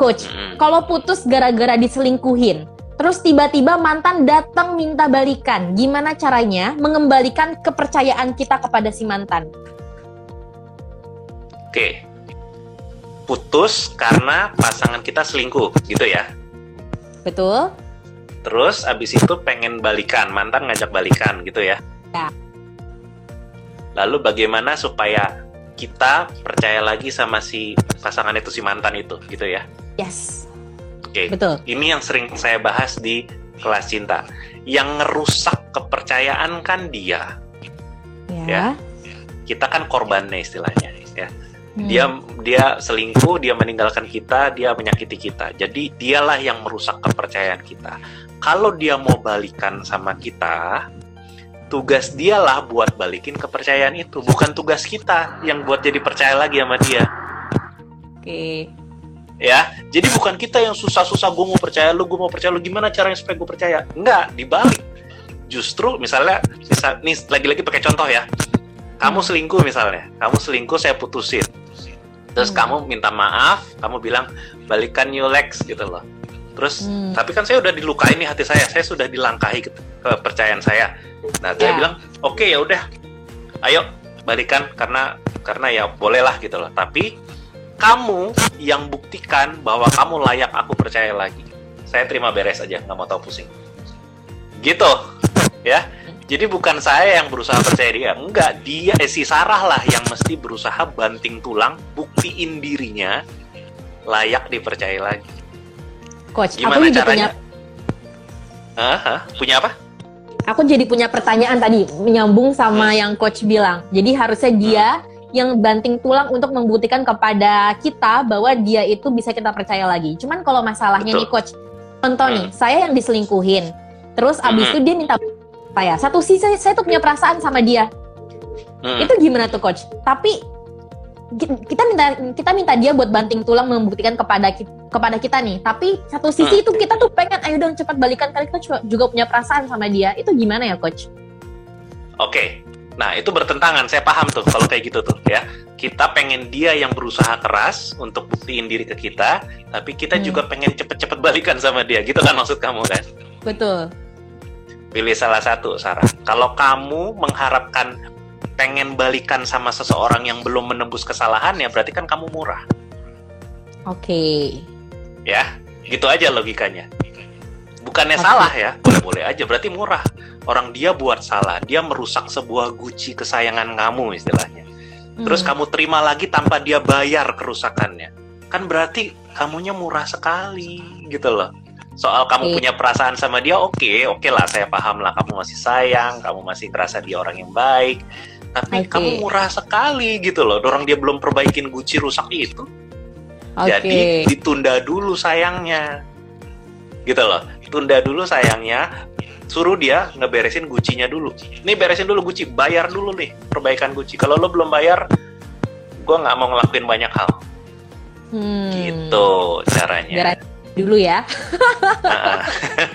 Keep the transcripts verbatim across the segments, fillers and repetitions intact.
Coach, Mm-mm. kalau putus gara-gara diselingkuhin, terus tiba-tiba mantan datang minta balikan, gimana caranya mengembalikan kepercayaan kita kepada si mantan? Oke, putus karena pasangan kita selingkuh, gitu ya. Betul? Terus abis itu pengen balikan, mantan ngajak balikan, gitu ya. Ya. Lalu bagaimana supaya kita percaya lagi sama si pasangan itu, si mantan itu, gitu ya. Yes. Oke, Betul. ini yang sering saya bahas di kelas cinta. Yang ngerusak kepercayaan kan dia. Ya. Ya. Kita kan korbannya istilahnya, ya. Hmm. Dia dia selingkuh, dia meninggalkan kita, dia menyakiti kita. Jadi dialah yang merusak kepercayaan kita. Kalau dia mau balikan sama kita, tugas dialah buat balikin kepercayaan itu, bukan tugas kita yang buat jadi percaya lagi sama dia. Oke. Ya, jadi bukan kita yang susah-susah, gue mau percaya lu, gue mau percaya lu, gimana caranya supaya gue percaya? Enggak, dibalik. Justru misalnya, misal, nih lagi-lagi pakai contoh ya. Kamu selingkuh misalnya, kamu selingkuh, saya putusin. Terus Hmm. kamu minta maaf, kamu bilang balikan you Lex gitu loh. Terus, Hmm. tapi kan saya udah dilukai nih hati saya, saya sudah dilangkahi ke- kepercayaan saya. Nah, saya Ya. bilang, oke ya udah, ayo balikan karena karena ya bolehlah gitu loh. Tapi kamu yang buktikan bahwa kamu layak aku percaya lagi. Saya terima beres aja, nggak mau tahu pusing. Gitu, ya. Jadi bukan saya yang berusaha percaya dia, enggak, dia eh, si Sarah lah yang mesti berusaha banting tulang, buktiin dirinya layak dipercaya lagi. Coach, Gimana aku jadi caranya? punya Aha, punya apa? aku jadi punya pertanyaan tadi, menyambung sama Hmm. yang coach bilang. Jadi harusnya dia yang banting tulang untuk membuktikan kepada kita bahwa dia itu bisa kita percaya lagi. Cuman kalau masalahnya Betul. nih coach, contoh nih, Hmm. saya yang diselingkuhin. Terus abis Hmm. itu dia minta saya. Satu sisi saya, saya tuh punya perasaan sama dia. Hmm. Itu gimana tuh coach? Tapi ki- kita minta kita minta dia buat banting tulang membuktikan kepada ki- kepada kita nih. Tapi satu sisi Hmm. itu kita tuh pengen ayo dong cepat balikan, karena kita juga- juga punya perasaan sama dia. Itu gimana ya coach? Oke, nah itu bertentangan, saya paham tuh kalau kayak gitu tuh ya. Kita pengen dia yang berusaha keras untuk buktiin diri ke kita, tapi kita Hmm. juga pengen cepet-cepet balikan sama dia, gitu kan maksud kamu kan? Betul. Pilih salah satu, Sarah. Kalau kamu mengharapkan pengen balikan sama seseorang yang belum menembus kesalahannya, berarti kan kamu murah, Oke. ya? Gitu aja logikanya. Bukannya Oke. salah ya, boleh-boleh aja, berarti murah. Orang dia buat salah, dia merusak sebuah guci kesayangan kamu istilahnya. Terus Hmm. kamu terima lagi tanpa dia bayar kerusakannya. Kan berarti kamunya murah sekali gitu loh. Soal kamu Oke. punya perasaan sama dia, oke, oke lah, saya paham lah. Kamu masih sayang, kamu masih ngerasa dia orang yang baik. Tapi Oke. kamu murah sekali gitu loh. Orang dia belum perbaikin guci rusak itu. Oke. Jadi ditunda dulu sayangnya. Gitu loh. Tunda dulu sayangnya. Suruh dia ngeberesin gucinya dulu. Nih beresin dulu guci, bayar dulu nih perbaikan guci. Kalau lo belum bayar, gue nggak mau ngelakuin banyak hal. Hmm. Gitu caranya. Biar dulu ya. Ah,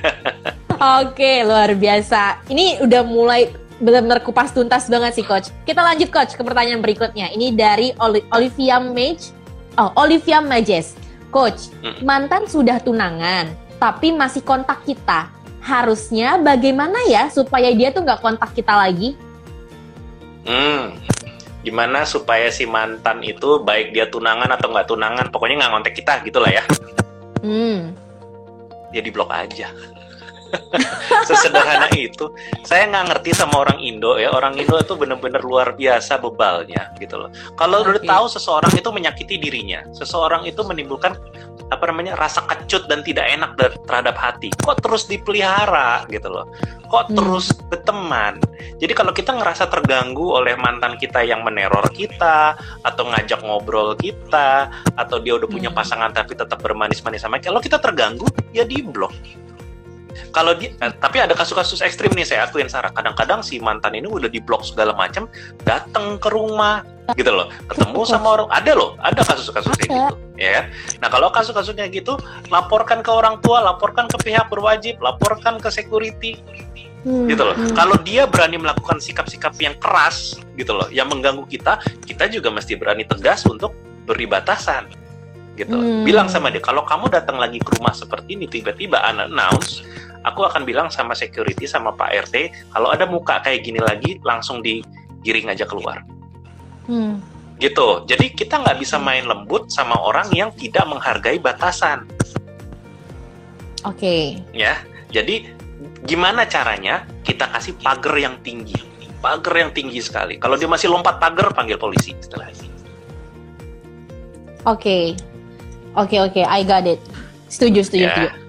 Oke, luar biasa. Ini udah mulai benar-benar kupas tuntas banget sih coach. Kita lanjut coach ke pertanyaan berikutnya. Ini dari Oli- Olivia Mage. Oh, Olivia Majes. Coach, Mm. mantan sudah tunangan, tapi masih kontak kita. Harusnya bagaimana ya supaya dia tuh nggak kontak kita lagi? hmm. Gimana supaya si mantan itu baik dia tunangan atau nggak tunangan, pokoknya nggak ngontek kita gitulah ya. Hmm. Ya di blok aja. Sesederhana itu. Saya nggak ngerti sama orang Indo ya. Orang Indo itu bener-bener luar biasa bebalnya gitu loh. Kalau udah Oke. tahu seseorang itu menyakiti dirinya, seseorang itu menimbulkan apa namanya rasa kecut dan tidak enak dar- terhadap hati, kok terus dipelihara gitu loh, kok Hmm. terus berteman. Jadi kalau kita ngerasa terganggu oleh mantan kita yang meneror kita atau ngajak ngobrol kita, atau dia udah punya Hmm. pasangan tapi tetap bermanis-manis sama kita, kalau kita terganggu ya di blok. Kalau dia, eh, tapi ada kasus-kasus ekstrim nih saya akuin Sarah. Kadang-kadang si mantan ini udah di blok segala macam, datang ke rumah, gitu loh, ketemu sama orang. Ada loh, ada kasus-kasus kayak Ada. gitu, ya. Kan? Nah kalau kasus-kasusnya gitu, laporkan ke orang tua, laporkan ke pihak berwajib, laporkan ke security, Hmm. gitu loh. Hmm. Kalau dia berani melakukan sikap-sikap yang keras, gitu loh, yang mengganggu kita, kita juga mesti berani tegas untuk beri batasan. gitu. Hmm. Bilang sama dia, kalau kamu datang lagi ke rumah seperti ini tiba-tiba unannounced, aku akan bilang sama security sama Pak R T, kalau ada muka kayak gini lagi langsung digiring aja keluar. Hmm. Gitu. Jadi kita nggak bisa main lembut sama orang yang tidak menghargai batasan. Oke. Okay. Ya. Jadi gimana caranya kita kasih pagar yang tinggi, pagar yang tinggi sekali. Kalau dia masih lompat pagar, panggil polisi setelah ini. Oke. Okay. Oke, okay, oke, okay. I got it. Setuju, setuju, Yeah. setuju. Oke,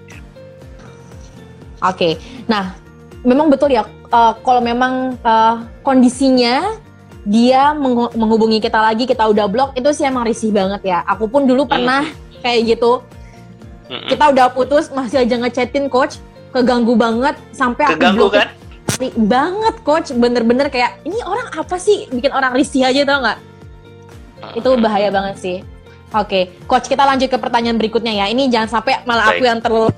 okay. Nah, memang betul ya, uh, kalau memang uh, kondisinya dia meng- menghubungi kita lagi, kita udah blok, itu sih emang risih banget ya. Aku pun dulu pernah mm-hmm. kayak gitu. Mm-hmm. Kita udah putus, masih aja ngechatin coach, keganggu banget, sampai keganggu, aku blok kan? banget coach, bener-bener kayak, ini orang apa sih, bikin orang risih aja, tau nggak? Mm-hmm. Itu bahaya banget sih. Oke, okay. Coach, kita lanjut ke pertanyaan berikutnya ya. Ini jangan sampai malah Baik. Aku yang terlalu...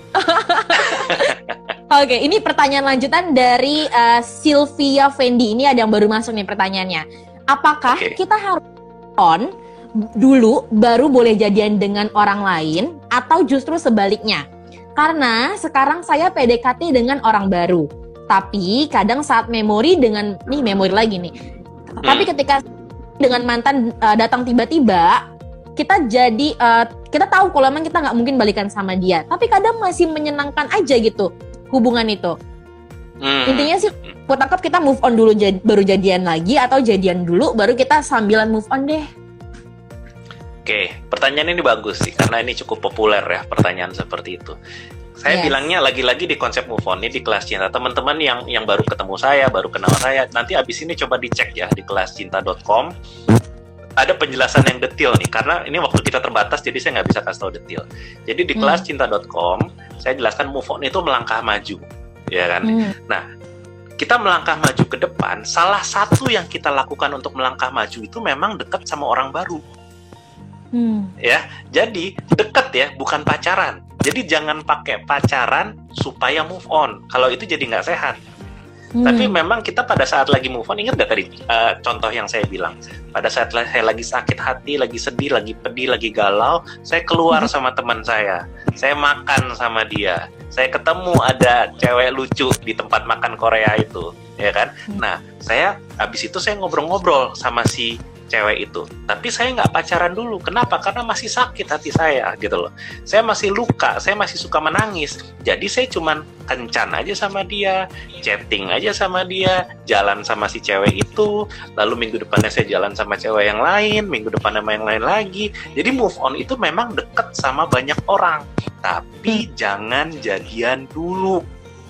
Oke, okay, ini pertanyaan lanjutan dari uh, Sylvia Fendi. Ini ada yang baru masuk nih pertanyaannya. Apakah okay. kita harus on dulu baru boleh jadian dengan orang lain atau justru sebaliknya? Karena sekarang saya P D K T dengan orang baru. Tapi kadang saat memori dengan... Nih, memori lagi nih. Hmm. Tapi ketika dengan mantan uh, datang tiba-tiba... kita jadi uh, kita tahu kalau memang kita nggak mungkin balikan sama dia, tapi kadang masih menyenangkan aja gitu hubungan itu. Hmm. Intinya sih, aku tangkap kita move on dulu jad, baru jadian lagi, atau jadian dulu baru kita sambilan move on deh. Oke, pertanyaan ini bagus sih karena ini cukup populer ya pertanyaan seperti itu. Saya yes. bilangnya lagi-lagi di konsep move on ini di kelas cinta. Teman-teman yang yang baru ketemu saya, baru kenal saya, nanti abis ini coba dicek ya di kelas cinta dot com. Ada penjelasan yang detail nih, karena ini waktu kita terbatas, jadi saya nggak bisa kasih tahu detail. Jadi di kelas cinta dot com, saya jelaskan move on itu melangkah maju, ya kan? Hmm. Nah, kita melangkah maju ke depan, salah satu yang kita lakukan untuk melangkah maju itu memang dekat sama orang baru. Hmm. Ya, jadi dekat ya, bukan pacaran. Jadi jangan pakai pacaran supaya move on. Kalau itu jadi nggak sehat. Hmm. Tapi memang kita pada saat lagi move on, ingat gak tadi uh, contoh yang saya bilang, pada saat saya lagi sakit hati, lagi sedih, lagi pedih, lagi galau, saya keluar hmm. sama teman saya, saya makan sama dia, saya ketemu ada cewek lucu di tempat makan Korea itu, ya kan? Hmm. Nah, saya habis itu saya ngobrol-ngobrol sama si cewek itu, tapi saya nggak pacaran dulu. Kenapa? Karena masih sakit hati saya gitu loh. Saya masih luka, saya masih suka menangis. Jadi saya cuman kencan aja sama dia, chatting aja sama dia, jalan sama si cewek itu, lalu minggu depannya saya jalan sama cewek yang lain, minggu depannya sama yang lain lagi. Jadi move on itu memang deket sama banyak orang, tapi hmm. jangan jadian dulu.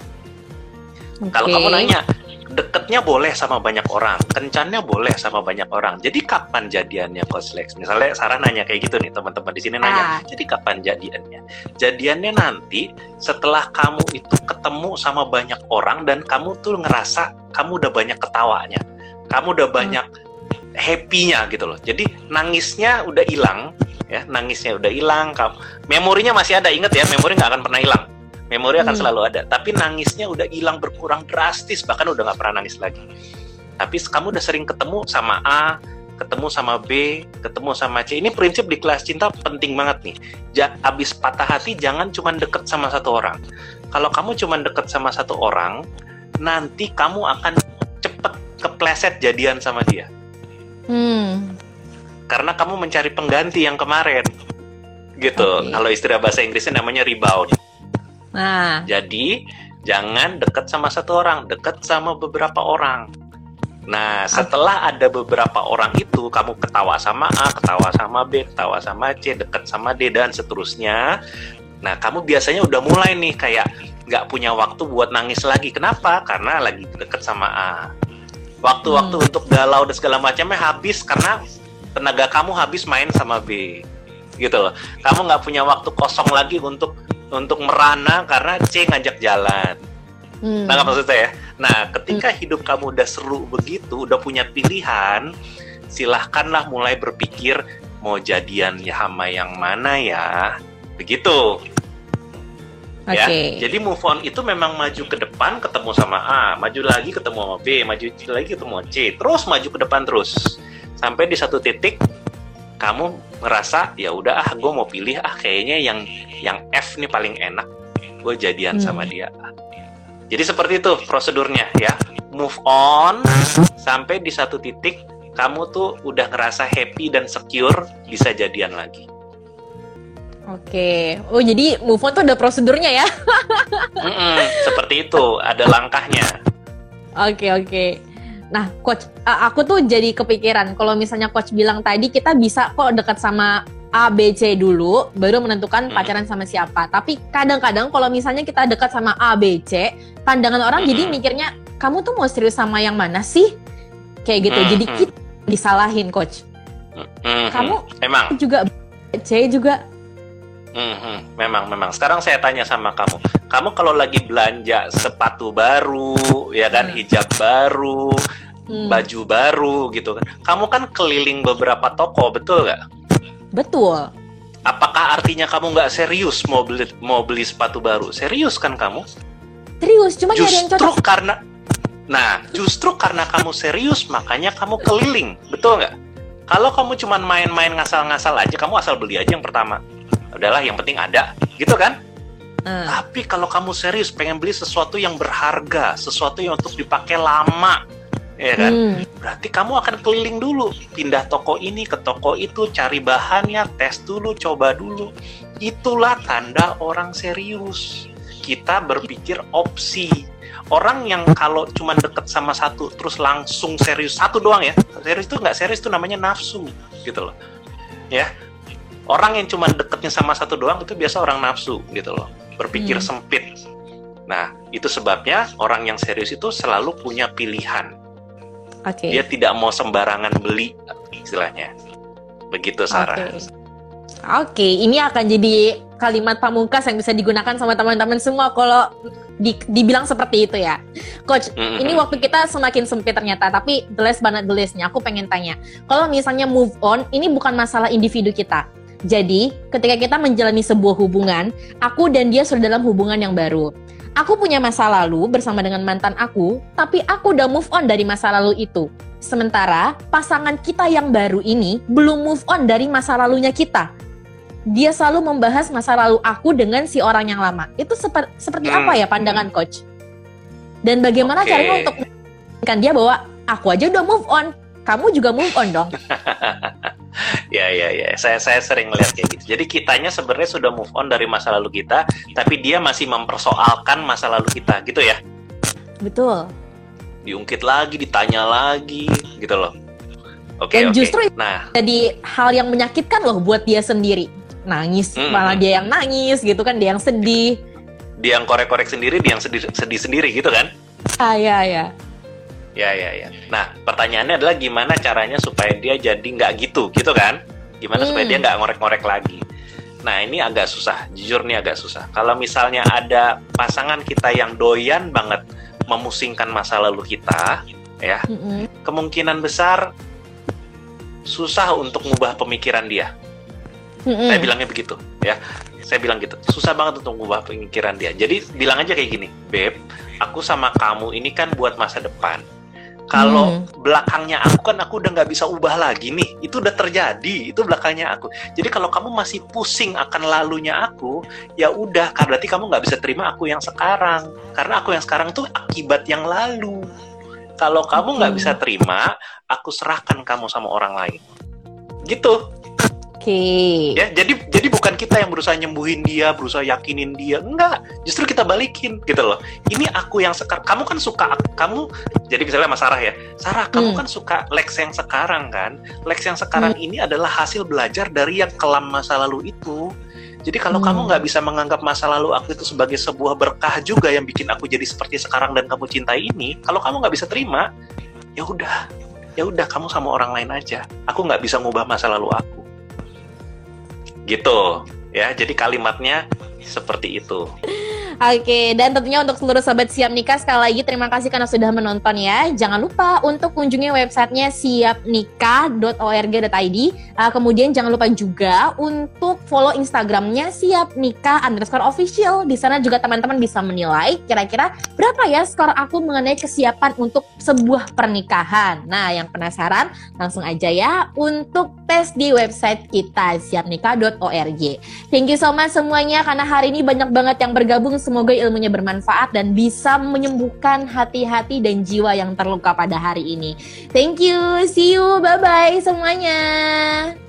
Okay. Kalau kamu nanya, deketnya boleh sama banyak orang, kencannya boleh sama banyak orang. Jadi kapan jadiannya, Coach Lex? Misalnya Sarah nanya kayak gitu nih, teman-teman di sini nanya. Ah. Jadi kapan jadiannya? Jadiannya nanti setelah kamu itu ketemu sama banyak orang dan kamu tuh ngerasa kamu udah banyak ketawanya, kamu udah banyak hmm. happy-nya gitu loh. Jadi nangisnya udah hilang, ya, nangisnya udah hilang. Kamu memorinya masih ada, ingat ya, memori nggak akan pernah hilang. Memori akan hmm. selalu ada, tapi nangisnya udah hilang berkurang drastis, bahkan udah nggak pernah nangis lagi. Tapi kamu udah sering ketemu sama A, ketemu sama B, ketemu sama C. Ini prinsip di kelas cinta penting banget nih. Ja, abis patah hati jangan cuma deket sama satu orang. Kalau kamu cuma deket sama satu orang, nanti kamu akan cepet kepleset jadian sama dia. Hmm. Karena kamu mencari pengganti yang kemarin, gitu. Okay. Kalau istilah bahasa Inggrisnya namanya rebound. Nah, jadi jangan dekat sama satu orang, dekat sama beberapa orang. Nah, setelah ada beberapa orang itu, kamu ketawa sama A, ketawa sama B, ketawa sama C, dekat sama D, dan seterusnya. Nah, kamu biasanya udah mulai nih kayak nggak punya waktu buat nangis lagi. Kenapa? Karena lagi dekat sama A. Waktu-waktu hmm. untuk galau dan segala macamnya habis karena tenaga kamu habis main sama B. Gitu loh. Kamu nggak punya waktu kosong lagi untuk untuk merana karena C ngajak jalan. Hmm. Nah, maksud saya. Nah, ketika hmm. hidup kamu udah seru begitu, udah punya pilihan, silahkanlah mulai berpikir mau jadian ya sama yang mana ya, begitu. Okay. Ya, jadi move on itu memang maju ke depan, ketemu sama A, maju lagi ketemu sama B, maju lagi ketemu C, terus maju ke depan terus, sampai di satu titik kamu merasa ya udah ah gue mau pilih ah kayaknya yang yang F nih paling enak, gue jadian hmm. sama dia. Jadi seperti itu prosedurnya ya, move on sampai di satu titik kamu tuh udah ngerasa happy dan secure bisa jadian lagi. Oke, oh jadi move on tuh ada prosedurnya ya? Mm-mm, seperti itu, ada langkahnya. Oke oke. Nah, coach, aku tuh jadi kepikiran kalau misalnya coach bilang tadi kita bisa kok dekat sama A, B, C dulu, baru menentukan hmm. pacaran sama siapa. Tapi kadang-kadang kalau misalnya kita dekat sama A, B, C, pandangan orang hmm. jadi mikirnya, kamu tuh mau serius sama yang mana sih? Kayak gitu. Hmm. Jadi kita disalahin, coach. Hmm. Kamu emang juga C juga. Hmm, memang, memang. Sekarang saya tanya sama kamu, kamu kalau lagi belanja sepatu baru, ya kan, hmm. hijab baru, hmm. baju baru, gitu kan, kamu kan keliling beberapa toko, betul nggak? Betul. Apakah artinya kamu nggak serius mau beli mau beli sepatu baru? Serius kan kamu? Serius, cuma nyari yang cocok. Justru karena, nah, justru karena kamu serius, makanya kamu keliling, betul nggak? Kalau kamu cuma main-main ngasal-ngasal aja, kamu asal beli aja yang pertama. Udahlah, yang penting ada, gitu kan? Hmm. Tapi kalau kamu serius pengen beli sesuatu yang berharga, sesuatu yang untuk dipakai lama, ya kan? Hmm. Berarti kamu akan keliling dulu, pindah toko ini ke toko itu, cari bahannya, tes dulu, coba dulu. Itulah tanda orang serius. Kita berpikir opsi. Orang yang kalau cuma deket sama satu terus langsung serius satu doang ya, serius itu nggak serius, itu namanya nafsu, gitu loh, ya. Orang yang cuma deketnya sama satu doang itu biasa orang nafsu gitu loh, berpikir hmm. sempit. Nah, itu sebabnya orang yang serius itu selalu punya pilihan. Okay. Dia tidak mau sembarangan beli, istilahnya. Begitu, Sarah. Oke, okay. okay, ini akan jadi kalimat pamungkas yang bisa digunakan sama teman-teman semua kalau di, dibilang seperti itu ya. Coach, mm-hmm. ini waktu kita semakin sempit ternyata, tapi the last but not the least-nya, aku pengen tanya. Kalau misalnya move on, ini bukan masalah individu kita. Jadi, ketika kita menjalani sebuah hubungan, aku dan dia sudah dalam hubungan yang baru. Aku punya masa lalu bersama dengan mantan aku, tapi aku udah move on dari masa lalu itu. Sementara, pasangan kita yang baru ini belum move on dari masa lalunya kita. Dia selalu membahas masa lalu aku dengan si orang yang lama. Itu seper- seperti hmm. apa ya pandangan coach? Dan bagaimana okay. caranya untuk menyadarkan dia bahwa aku aja udah move on, kamu juga move on dong. Ya, ya, ya. Saya saya sering lihat kayak gitu. Jadi kitanya sebenarnya sudah move on dari masa lalu kita, tapi dia masih mempersoalkan masa lalu kita, gitu ya? Betul. Diungkit lagi, ditanya lagi, gitu loh. Oke, Dan oke. justru nah, jadi hal yang menyakitkan loh buat dia sendiri. Nangis, hmm. malah dia yang nangis, gitu kan? Dia yang sedih. Dia yang korek-korek sendiri, dia yang sedih, sedih sendiri, gitu kan? Ah, ya, ya. Ya, ya, ya. Nah, pertanyaannya adalah gimana caranya supaya dia jadi nggak gitu, gitu kan? Gimana hmm. supaya dia nggak ngorek-ngorek lagi? Nah, ini agak susah. Jujur nih agak susah. Kalau misalnya ada pasangan kita yang doyan banget memusingkan masa lalu kita, ya, hmm. kemungkinan besar susah untuk ngubah pemikiran dia. Hmm. Saya bilangnya begitu, ya. Saya bilang gitu. Susah banget untuk ngubah pemikiran dia. Jadi bilang aja kayak gini, Beb, aku sama kamu ini kan buat masa depan. Kalau hmm. belakangnya aku kan aku udah nggak bisa ubah lagi nih, itu udah terjadi, itu belakangnya aku. Jadi kalau kamu masih pusing akan lalunya aku, ya udah, berarti kamu nggak bisa terima aku yang sekarang, karena aku yang sekarang tuh akibat yang lalu. Kalau kamu nggak hmm. bisa terima, aku serahkan kamu sama orang lain, gitu. Oke. Okay. Ya, jadi jadi bukan kita yang berusaha nyembuhin dia, berusaha yakinin dia, enggak. Justru kita balikin, gitu loh. Ini aku yang sekarang. Kamu kan suka kamu. Jadi misalnya Mas Sarah ya, Sarah, kamu hmm. kan suka Lex yang sekarang kan? Lex yang sekarang hmm. ini adalah hasil belajar dari yang kelam masa lalu itu. Jadi kalau hmm. kamu nggak bisa menganggap masa lalu aku itu sebagai sebuah berkah juga yang bikin aku jadi seperti sekarang dan kamu cintai ini, kalau kamu nggak bisa terima, ya udah, ya udah kamu sama orang lain aja. Aku nggak bisa ngubah masa lalu aku. Gitu ya, jadi kalimatnya seperti itu. Oke, dan tentunya untuk seluruh sobat Siap Nikah, sekali lagi terima kasih karena sudah menonton ya. Jangan lupa untuk kunjungi websitenya siap nikah dot org dot i d. Uh, kemudian jangan lupa juga untuk follow Instagramnya siap nikah underscore official. Di sana juga teman-teman bisa menilai kira-kira berapa ya skor aku mengenai kesiapan untuk sebuah pernikahan. Nah, yang penasaran langsung aja ya untuk tes di website kita siap nikah dot org. Thank you so much semuanya karena hari ini banyak banget yang bergabung. Semoga ilmunya bermanfaat dan bisa menyembuhkan hati-hati dan jiwa yang terluka pada hari ini. Thank you, see you, bye-bye semuanya.